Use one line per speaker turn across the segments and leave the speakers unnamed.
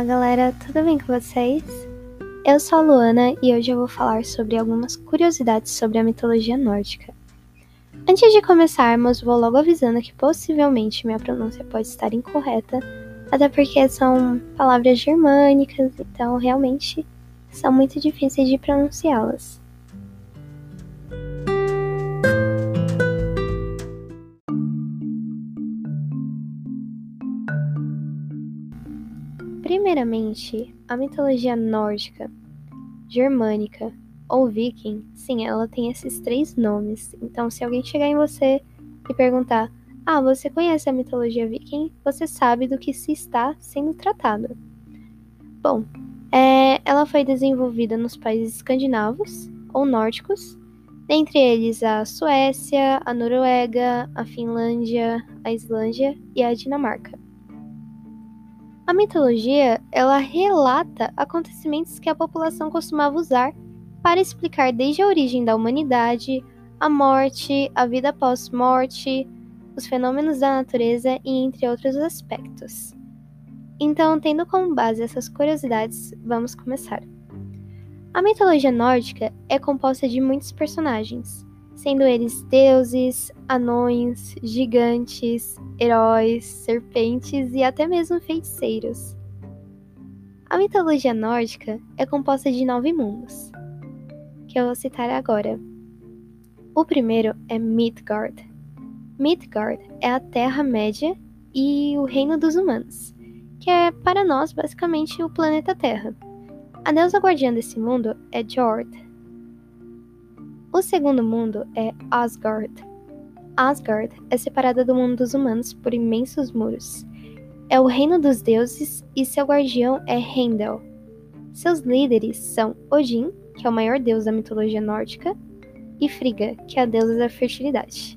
Olá galera, tudo bem com vocês? Eu sou a Luana e hoje eu vou falar sobre algumas curiosidades sobre a mitologia nórdica. Antes de começarmos, vou logo avisando que possivelmente minha pronúncia pode estar incorreta, até porque são palavras germânicas, então realmente são muito difíceis de pronunciá-las. Primeiramente, a mitologia nórdica, germânica ou viking, sim, ela tem esses 3 nomes. Então, se alguém chegar em você e perguntar: você conhece a mitologia viking? Você sabe do que se está sendo tratado. Bom, ela foi desenvolvida nos países escandinavos ou nórdicos, dentre eles a Suécia, a Noruega, a Finlândia, a Islândia e a Dinamarca. A mitologia, ela relata acontecimentos que a população costumava usar para explicar desde a origem da humanidade, a morte, a vida após morte, os fenômenos da natureza e entre outros aspectos. Então, tendo como base essas curiosidades, vamos começar. A mitologia nórdica é composta de muitos personagens, sendo eles deuses, anões, gigantes, heróis, serpentes e até mesmo feiticeiros. A mitologia nórdica é composta de 9 mundos, que eu vou citar agora. O primeiro é Midgard. Midgard é a Terra-média e o reino dos humanos, que é para nós basicamente o planeta Terra. A deusa guardiã desse mundo é Jord. O segundo mundo é Asgard. Asgard é separada do mundo dos humanos por imensos muros. É o reino dos deuses e seu guardião é Heimdall. Seus líderes são Odin, que é o maior deus da mitologia nórdica, e Frigga, que é a deusa da fertilidade.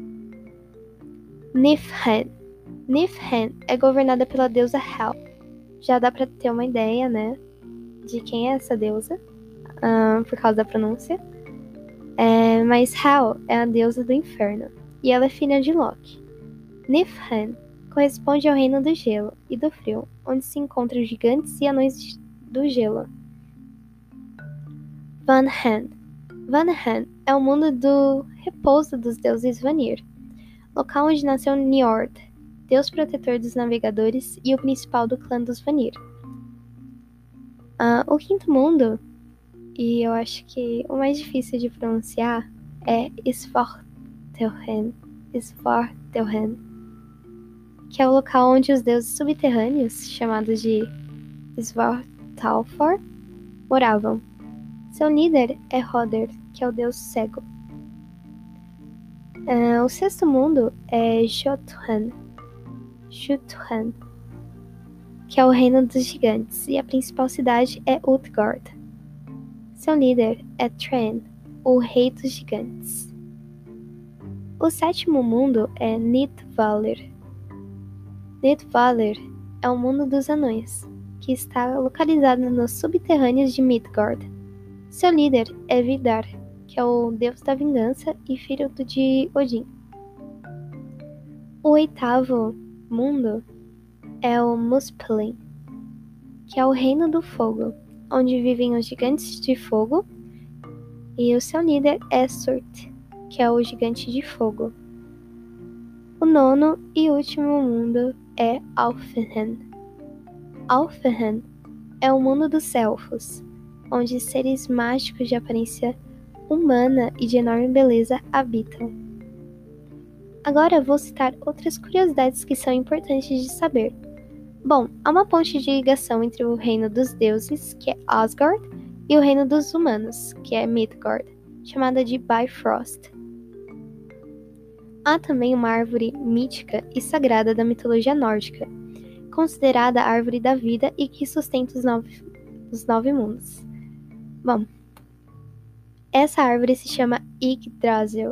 Niflheim. Niflheim é governada pela deusa Hel. Já dá pra ter uma ideia, né, de quem é essa deusa, por causa da pronúncia. Mas Hel é a deusa do inferno, e ela é filha de Loki. Niflheim corresponde ao reino do gelo e do frio, onde se encontram gigantes e anões do gelo. Vanheim. Vanheim é o mundo do repouso dos deuses Vanir, local onde nasceu Njord, deus protetor dos navegadores e o principal do clã dos Vanir. O quinto mundo, e eu acho que o mais difícil de pronunciar, é Svartalfheim, que é o local onde os deuses subterrâneos, chamados de Svartalfar, moravam. Seu líder é Hodr, que é o deus cego. O sexto mundo é Jotunheim, que é o reino dos gigantes, e a principal cidade é Utgard. Seu líder é Thren, o rei dos gigantes. O sétimo mundo é Nidvalir. Nidvalir é o mundo dos anões, que está localizado nos subterrâneos de Midgard. Seu líder é Vidar, que é o deus da vingança e filho de Odin. O oitavo mundo é o Muspelheim, que é o reino do fogo, onde vivem os gigantes de fogo, e o seu líder é Surt, que é o gigante de fogo. O nono e último mundo é Alfheim. Alfheim é o mundo dos elfos, onde seres mágicos de aparência humana e de enorme beleza habitam. Agora vou citar outras curiosidades que são importantes de saber. Bom, há uma ponte de ligação entre o reino dos deuses, que é Asgard, e o reino dos humanos, que é Midgard, chamada de Bifrost. Há também uma árvore mítica e sagrada da mitologia nórdica, considerada a árvore da vida e que sustenta os 9 mundos. Bom, essa árvore se chama Yggdrasil.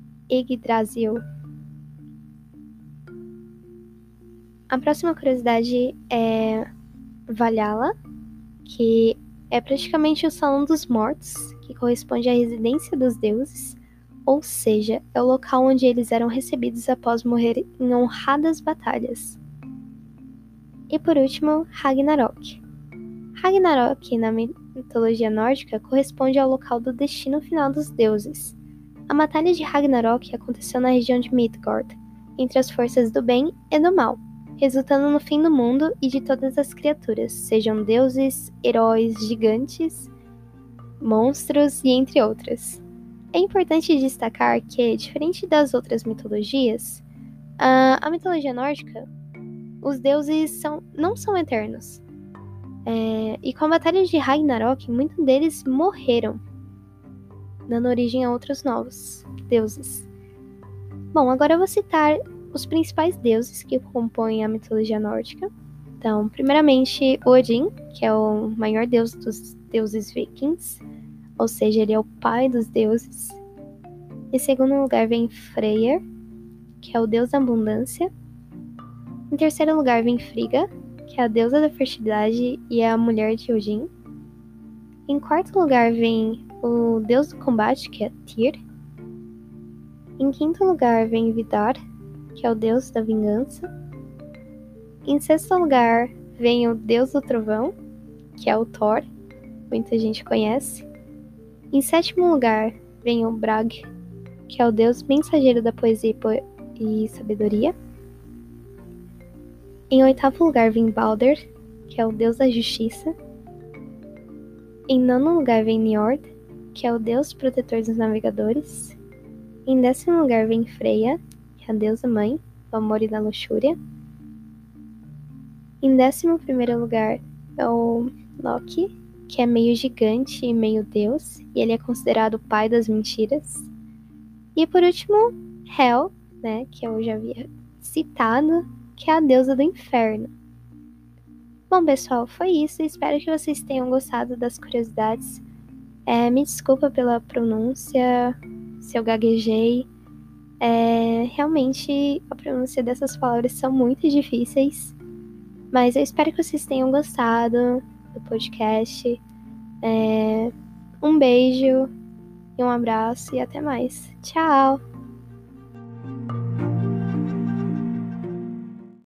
A próxima curiosidade é Valhalla, que é praticamente o Salão dos Mortos, que corresponde à residência dos deuses, ou seja, é o local onde eles eram recebidos após morrer em honradas batalhas. E por último, Ragnarok. Ragnarok, na mitologia nórdica, corresponde ao local do destino final dos deuses. A batalha de Ragnarok aconteceu na região de Midgard, entre as forças do bem e do mal, resultando no fim do mundo e de todas as criaturas, sejam deuses, heróis, gigantes, monstros e entre outras. É importante destacar que, diferente das outras mitologias, a mitologia nórdica, os deuses não são eternos. E com a batalha de Ragnarok, muitos deles morreram, dando origem a outros novos deuses. Bom, agora eu vou citar os principais deuses que compõem a mitologia nórdica. Então, primeiramente, Odin, que é o maior deus dos deuses vikings, ou seja, ele é o pai dos deuses. Em segundo lugar vem Freyr, que é o deus da abundância. Em terceiro lugar vem Frigga, que é a deusa da fertilidade e é a mulher de Odin. Em quarto lugar vem o deus do combate, que é Tyr. Em quinto lugar vem Vidar, que é o deus da vingança. Em sexto lugar vem o deus do trovão, que é o Thor, muita gente conhece. Em sétimo lugar vem o Brage, que é o deus mensageiro da poesia e sabedoria. Em oitavo lugar vem Balder, que é o deus da justiça. Em nono lugar vem Njord, que é o deus protetor dos navegadores. Em décimo lugar vem Freya, que é a deusa mãe do amor e da luxúria. Em 11º lugar é o Loki, que é meio gigante e meio deus, e ele é considerado o pai das mentiras. E por último, Hel, né, que eu já havia citado, que é a deusa do inferno. Bom, pessoal, foi isso. Espero que vocês tenham gostado das curiosidades. Me desculpa pela pronúncia, se eu gaguejei. Realmente, a pronúncia dessas palavras são muito difíceis. Mas eu espero que vocês tenham gostado do podcast. Um beijo e um abraço e até mais. Tchau!